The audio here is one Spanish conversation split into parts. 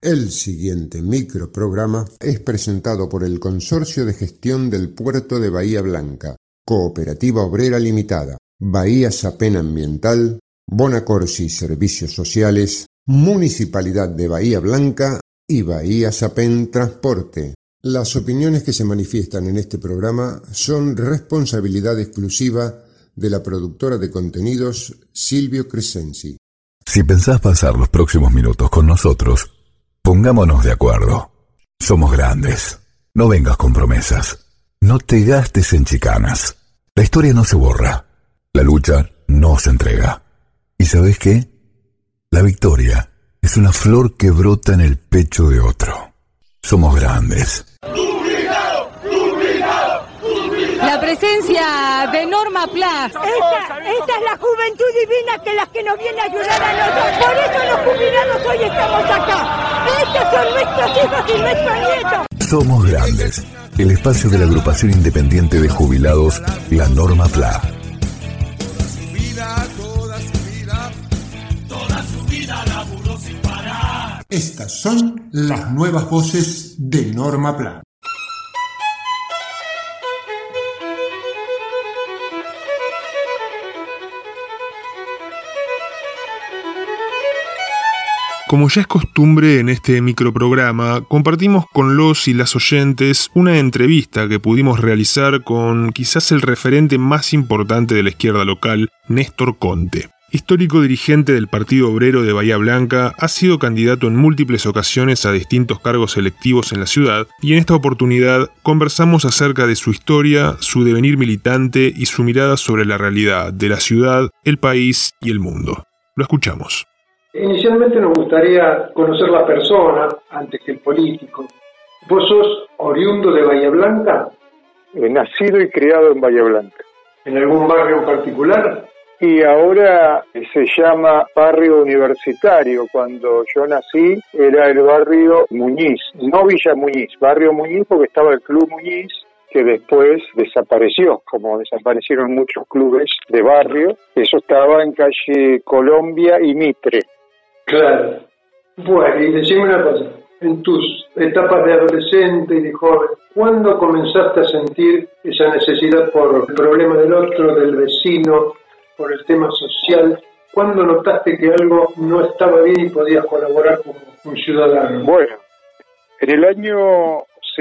El siguiente microprograma es presentado por el Consorcio de Gestión del Puerto de Bahía Blanca, Cooperativa Obrera Limitada, Bahía Sapén Ambiental, Bonacorsi Servicios Sociales, Municipalidad de Bahía Blanca y Bahía Sapén Transporte. Las opiniones que se manifiestan en este programa son responsabilidad exclusiva de la productora de contenidos Silvio Crescenzi. Si pensás pasar los próximos minutos con nosotros, pongámonos de acuerdo. Somos grandes. No vengas con promesas. No te gastes en chicanas. La historia no se borra. La lucha no se entrega. ¿Y sabés qué? La victoria es una flor que brota en el pecho de otro. Somos grandes. La presencia de Norma Pla. Esta es la juventud divina que nos viene a ayudar a nosotros. Por eso los jubilados hoy estamos acá. Estos son nuestros hijos y nuestros nietos. Somos grandes. El espacio de la agrupación independiente de jubilados, la Norma Pla. Toda su vida laburó sin parar. Estas son las nuevas voces de Norma Pla. Como ya es costumbre en este microprograma, compartimos con los y las oyentes una entrevista que pudimos realizar con quizás el referente más importante de la izquierda local, Néstor Conte. Histórico dirigente del Partido Obrero de Bahía Blanca, ha sido candidato en múltiples ocasiones a distintos cargos electivos en la ciudad y en esta oportunidad conversamos acerca de su historia, su devenir militante y su mirada sobre la realidad de la ciudad, el país y el mundo. Lo escuchamos. Inicialmente nos gustaría conocer la persona antes que el político. ¿Vos sos oriundo de Bahía Blanca? Nacido y criado en Bahía Blanca. ¿En algún barrio en particular? Y ahora se llama barrio universitario. Cuando yo nací era el barrio Muñiz, no Villa Muñiz, barrio Muñiz porque estaba el Club Muñiz, que después desapareció, como desaparecieron muchos clubes de barrio. Eso estaba en calle Colombia y Mitre. Claro. Bueno, y decime una cosa, en tus etapas de adolescente y de joven, ¿cuándo comenzaste a sentir esa necesidad por el problema del otro, del vecino, por el tema social? ¿Cuándo notaste que algo no estaba bien y podías colaborar como un ciudadano? Bueno, en el año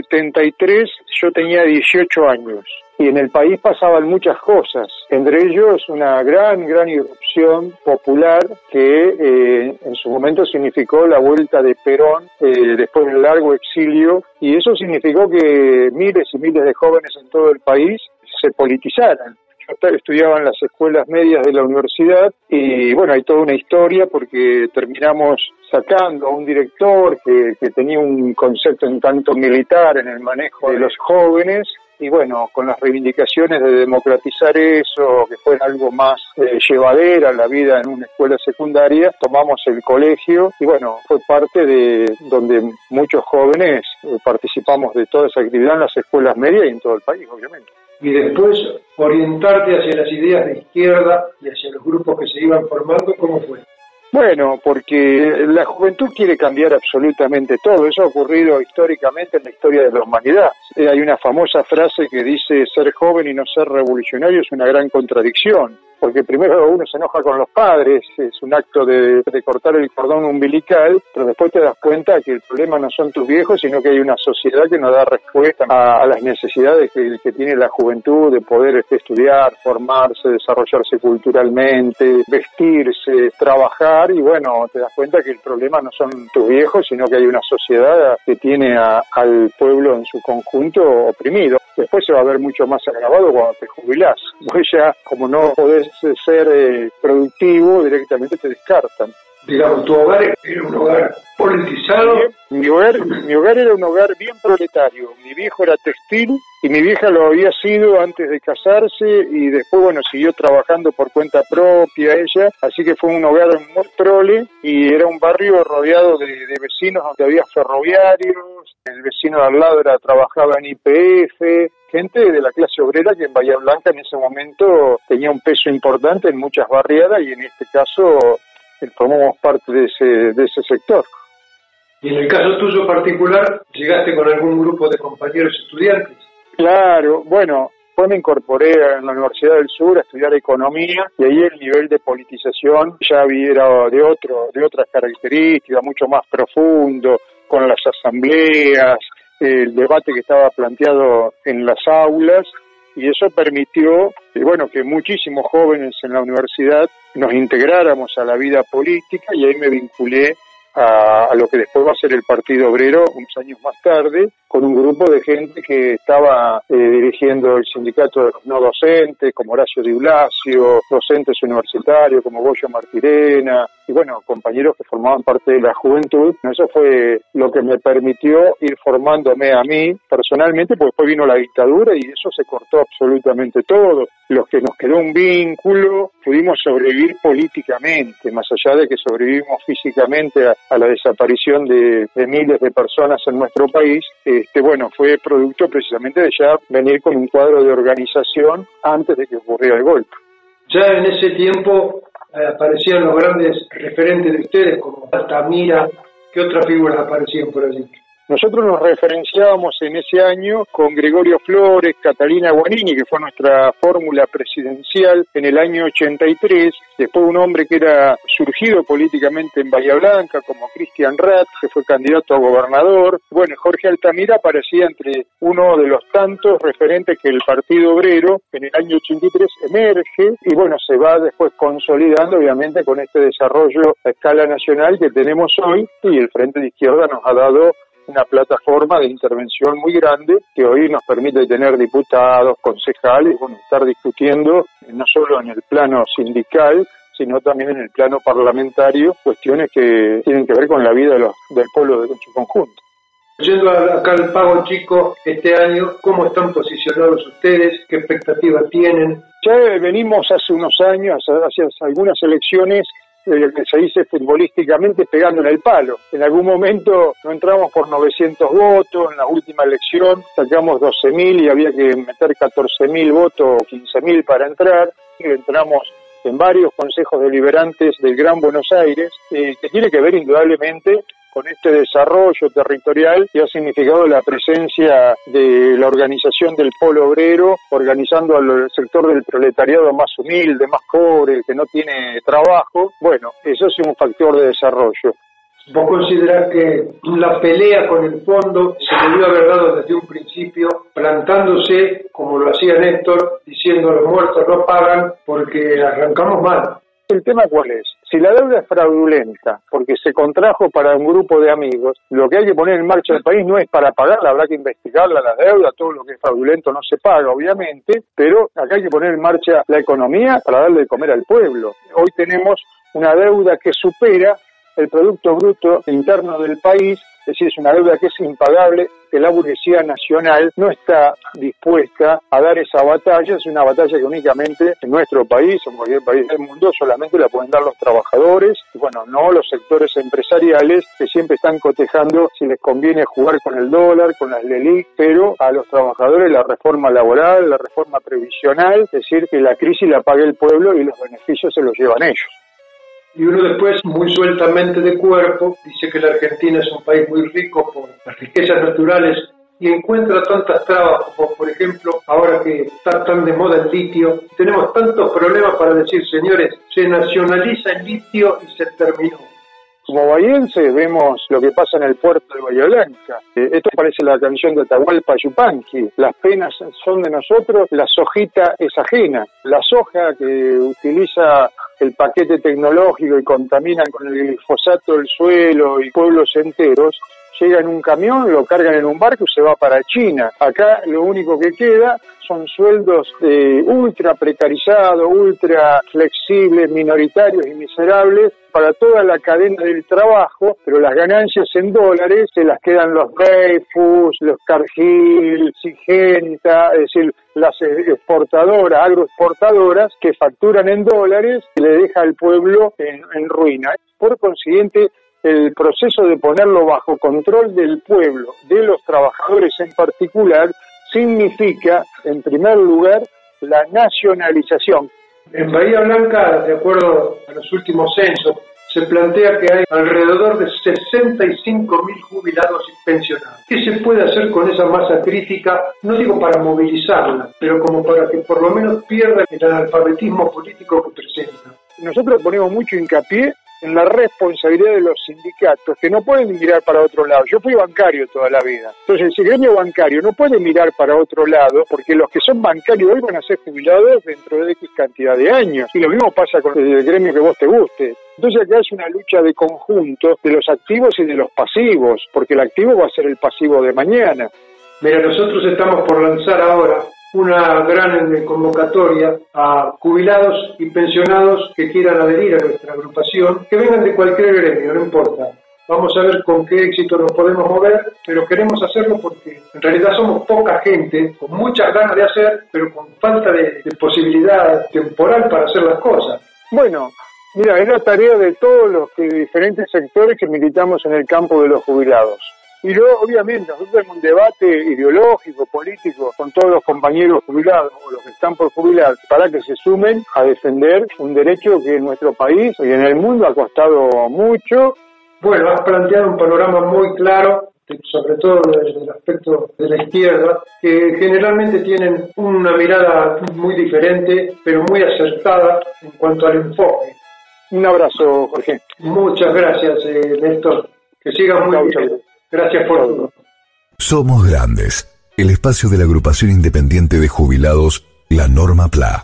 73 yo tenía 18 años y en el país pasaban muchas cosas, entre ellos una gran irrupción popular que en su momento significó la vuelta de Perón después del largo exilio, y eso significó que miles y miles de jóvenes en todo el país se politizaran. Yo estudiaba en las escuelas medias de la universidad y bueno, hay toda una historia porque terminamos sacando a un director que tenía un concepto un tanto militar en el manejo de los jóvenes, y bueno, con las reivindicaciones de democratizar eso, que fuera algo más llevadera la vida en una escuela secundaria, tomamos el colegio y bueno, fue parte de donde muchos jóvenes participamos de toda esa actividad en las escuelas medias y en todo el país, obviamente. Y después orientarte hacia las ideas de izquierda y hacia los grupos que se iban formando, ¿cómo fue? Bueno, porque la juventud quiere cambiar absolutamente todo. Eso ha ocurrido históricamente en la historia de la humanidad. Hay una famosa frase que dice: ser joven y no ser revolucionario es una gran contradicción. Porque primero uno se enoja con los padres, es un acto de cortar el cordón umbilical, pero después te das cuenta que el problema no son tus viejos, sino que hay una sociedad que no da respuesta a las necesidades que tiene la juventud de poder estudiar, formarse, desarrollarse culturalmente, vestirse, trabajar, y bueno, te das cuenta que el problema no son tus viejos, sino que hay una sociedad que tiene al pueblo en su conjunto oprimido. Después se va a ver mucho más agravado cuando te jubilás. Vos ya, como no podés ser productivo, directamente te descartan. Digamos, tu hogar era un hogar politizado. Mi hogar era un hogar bien proletario. Mi viejo era textil y mi vieja lo había sido antes de casarse y después, bueno, siguió trabajando por cuenta propia ella, así que fue un hogar muy prole y era un barrio rodeado de vecinos donde había ferroviarios, el vecino de al lado trabajaba en YPF, gente de la clase obrera que en Bahía Blanca en ese momento tenía un peso importante en muchas barriadas y en este caso formamos parte de ese sector. Y en el caso tuyo particular, ¿llegaste con algún grupo de compañeros estudiantes? Claro, bueno, después me incorporé en la Universidad del Sur a estudiar economía y ahí el nivel de politización ya era de otras características, mucho más profundo, con las asambleas, el debate que estaba planteado en las aulas, y eso permitió que muchísimos jóvenes en la universidad nos integráramos a la vida política, y ahí me vinculé a lo que después va a ser el Partido Obrero unos años más tarde, con un grupo de gente que estaba dirigiendo el sindicato de los no docentes, como Horacio Di Blasio, docentes universitarios como Goyo Martirena, y compañeros que formaban parte de la juventud. Eso fue lo que me permitió ir formándome a mí personalmente, porque después vino la dictadura y eso se cortó absolutamente todo. Los que nos quedó un vínculo, pudimos sobrevivir políticamente, más allá de que sobrevivimos físicamente a la desaparición de miles de personas en nuestro país. Fue producto precisamente de ya venir con un cuadro de organización antes de que ocurriera el golpe. Ya en ese tiempo aparecían los grandes referentes de ustedes, como Altamira. ¿Qué otras figuras aparecían por allí? Nosotros nos referenciábamos en ese año con Gregorio Flores, Catalina Guanini, que fue nuestra fórmula presidencial en el año 83, después un hombre que era surgido políticamente en Bahía Blanca, como Cristian Rath, que fue candidato a gobernador. Jorge Altamira aparecía entre uno de los tantos referentes que el Partido Obrero en el año 83 emerge, y se va después consolidando, obviamente, con este desarrollo a escala nacional que tenemos hoy, y el Frente de Izquierda nos ha dado una plataforma de intervención muy grande que hoy nos permite tener diputados, concejales, estar discutiendo no solo en el plano sindical, sino también en el plano parlamentario, cuestiones que tienen que ver con la vida del pueblo en su conjunto. Yendo acá al Pago Chico este año, ¿cómo están posicionados ustedes? ¿Qué expectativas tienen? Ya venimos hace unos años, hace algunas elecciones, que se dice futbolísticamente pegando en el palo. En algún momento no entramos por 900 votos, en la última elección sacamos 12.000 y había que meter 14.000 votos o 15.000 para entrar. Entramos en varios consejos deliberantes del Gran Buenos Aires, que tiene que ver indudablemente con este desarrollo territorial que ha significado la presencia de la organización del Polo Obrero, organizando al sector del proletariado más humilde, más pobre, el que no tiene trabajo. Eso es un factor de desarrollo. ¿Vos considerás que la pelea con el fondo se debió haber dado desde un principio, plantándose, como lo hacía Néstor, diciendo los muertos no pagan porque arrancamos mal? ¿El tema cuál es? Si la deuda es fraudulenta, porque se contrajo para un grupo de amigos, lo que hay que poner en marcha el país no es para pagarla, habrá que investigarla, la deuda, todo lo que es fraudulento no se paga, obviamente, pero acá hay que poner en marcha la economía para darle de comer al pueblo. Hoy tenemos una deuda que supera el Producto Bruto Interno del país, es decir, es una deuda que es impagable, que la burguesía nacional no está dispuesta a dar esa batalla. Es una batalla que únicamente en nuestro país, en cualquier país del mundo, solamente la pueden dar los trabajadores, y no los sectores empresariales que siempre están cotejando si les conviene jugar con el dólar, con las LELIC, pero a los trabajadores la reforma laboral, la reforma previsional, es decir, que la crisis la pague el pueblo y los beneficios se los llevan ellos. Y uno después, muy sueltamente de cuerpo, dice que la Argentina es un país muy rico por las riquezas naturales y encuentra tantas trabas, como por ejemplo, ahora que está tan de moda el litio, tenemos tantos problemas para decir, señores, se nacionaliza el litio y se terminó. Como bahienses vemos lo que pasa en el puerto de Bahía Blanca. Esto parece la canción de Atahualpa Yupanqui. Las penas son de nosotros, la sojita es ajena. La soja que utiliza el paquete tecnológico y contaminan con el glifosato el suelo y pueblos enteros, llega en un camión, lo cargan en un barco y se va para China. Acá lo único que queda son sueldos ultra precarizados, ultra flexibles, minoritarios y miserables para toda la cadena del trabajo, pero las ganancias en dólares se las quedan los Dreyfus, los Cargill, Singenta, es decir, las exportadoras, agroexportadoras, que facturan en dólares y le deja al pueblo en ruina. Por consiguiente, el proceso de ponerlo bajo control del pueblo, de los trabajadores en particular, significa, en primer lugar, la nacionalización. En Bahía Blanca, de acuerdo a los últimos censos, se plantea que hay alrededor de 65.000 jubilados y pensionados. ¿Qué se puede hacer con esa masa crítica? No digo para movilizarla, pero como para que por lo menos pierda el analfabetismo político que presenta. Nosotros ponemos mucho hincapié en la responsabilidad de los sindicatos, que no pueden mirar para otro lado. Yo fui bancario toda la vida. Entonces, el gremio bancario no puede mirar para otro lado, porque los que son bancarios hoy van a ser jubilados dentro de X cantidad de años. Y lo mismo pasa con el gremio que vos te guste. Entonces, acá es una lucha de conjunto de los activos y de los pasivos, porque el activo va a ser el pasivo de mañana. Mira, nosotros estamos por lanzar ahora una gran convocatoria a jubilados y pensionados que quieran adherir a nuestra agrupación, que vengan de cualquier gremio, no importa. Vamos a ver con qué éxito nos podemos mover, pero queremos hacerlo porque en realidad somos poca gente, con muchas ganas de hacer, pero con falta de posibilidad temporal para hacer las cosas. Bueno, mira, es la tarea de todos los diferentes sectores que militamos en el campo de los jubilados. Y luego, obviamente, nosotros tenemos un debate ideológico, político, con todos los compañeros jubilados o los que están por jubilar, para que se sumen a defender un derecho que en nuestro país y en el mundo ha costado mucho. Bueno, has planteado un panorama muy claro, sobre todo desde el aspecto de la izquierda, que generalmente tienen una mirada muy diferente, pero muy acertada en cuanto al enfoque. Un abrazo, Jorge. Muchas gracias, Néstor. Que sigan muy bien. Gracias por todo. Somos Grandes, el espacio de la agrupación independiente de jubilados, la Norma PLA.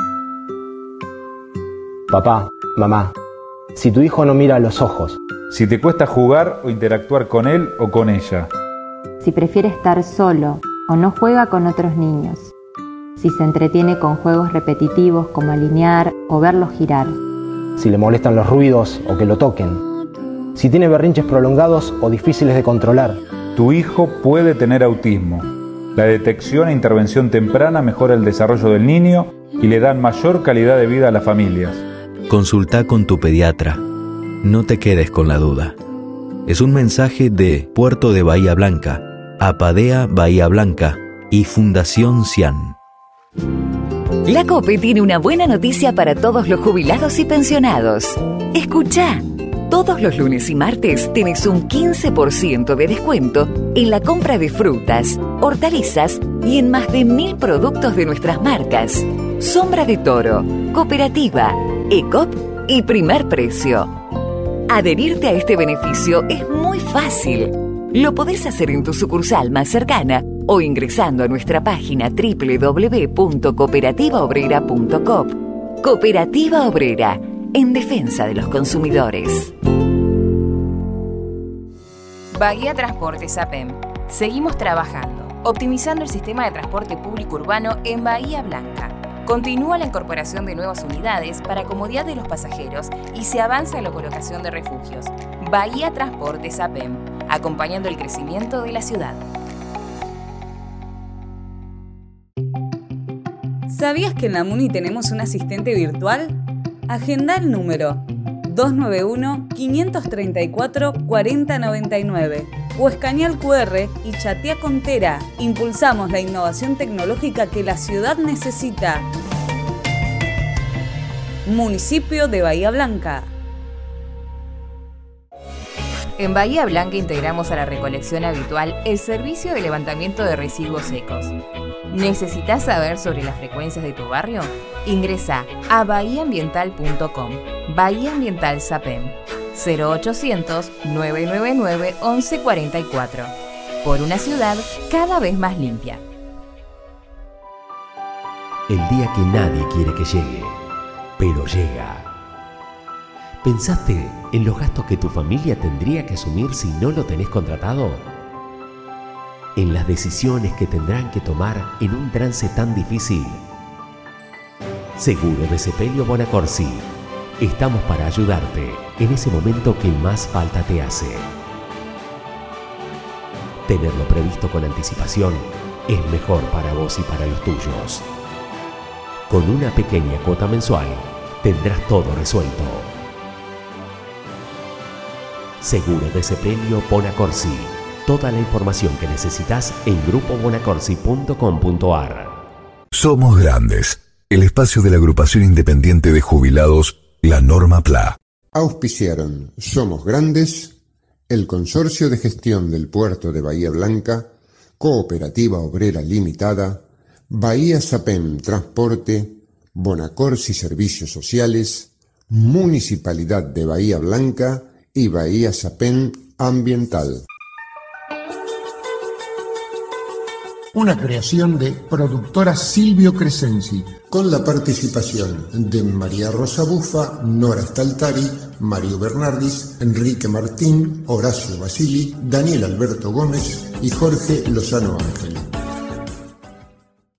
Papá, mamá, si tu hijo no mira a los ojos, si te cuesta jugar o interactuar con él o con ella, si prefiere estar solo o no juega con otros niños, si se entretiene con juegos repetitivos como alinear o verlos girar, si le molestan los ruidos o que lo toquen, si tiene berrinches prolongados o difíciles de controlar. Tu hijo puede tener autismo. La detección e intervención temprana mejora el desarrollo del niño y le dan mayor calidad de vida a las familias. Consulta con tu pediatra. No te quedes con la duda. Es un mensaje de Puerto de Bahía Blanca, Apadea Bahía Blanca y Fundación CIAN. La COPE tiene una buena noticia para todos los jubilados y pensionados. Escuchá. Todos los lunes y martes tenés un 15% de descuento en la compra de frutas, hortalizas y en más de 1000 productos de nuestras marcas. Sombra de Toro, Cooperativa, ECOP y Primer Precio. Adherirte a este beneficio es muy fácil. Lo podés hacer en tu sucursal más cercana o ingresando a nuestra página www.cooperativaobrera.coop. Cooperativa Obrera, en defensa de los consumidores. Bahía Transportes APEM. Seguimos trabajando, optimizando el sistema de transporte público urbano en Bahía Blanca. Continúa la incorporación de nuevas unidades para comodidad de los pasajeros y se avanza en la colocación de refugios. Bahía Transportes APEM, acompañando el crecimiento de la ciudad. ¿Sabías que en la MUNI tenemos un asistente virtual? Agenda el número 291-534-4099 o escanea el QR y chatea con Tera. Impulsamos la innovación tecnológica que la ciudad necesita. Municipio de Bahía Blanca. En Bahía Blanca integramos a la recolección habitual el servicio de levantamiento de residuos secos. ¿Necesitas saber sobre las frecuencias de tu barrio? Ingresa a bahiaambiental.com. Bahía Ambiental SAPEM 0800-999-1144. Por una ciudad cada vez más limpia. El día que nadie quiere que llegue, pero llega. ¿Pensaste en los gastos que tu familia tendría que asumir si no lo tenés contratado? En las decisiones que tendrán que tomar en un trance tan difícil. Seguro de Sepelio Bonacorsi. Estamos para ayudarte en ese momento que más falta te hace. Tenerlo previsto con anticipación es mejor para vos y para los tuyos. Con una pequeña cuota mensual tendrás todo resuelto. Seguro de Sepelio Bonacorsi. Toda la información que necesitas en grupobonacorsi.com.ar. Somos Grandes, el espacio de la agrupación independiente de jubilados, la Norma PLA. Auspiciaron Somos Grandes, el Consorcio de Gestión del Puerto de Bahía Blanca, Cooperativa Obrera Limitada, Bahía Sapem Transporte, Bonacorsi Servicios Sociales, Municipalidad de Bahía Blanca y Bahía Sapem Ambiental. Una creación de productora Silvio Crescenzi, con la participación de María Rosa Bufa, Nora Staltari, Mario Bernardis, Enrique Martín, Horacio Basili, Daniel Alberto Gómez y Jorge Lozano Ángel.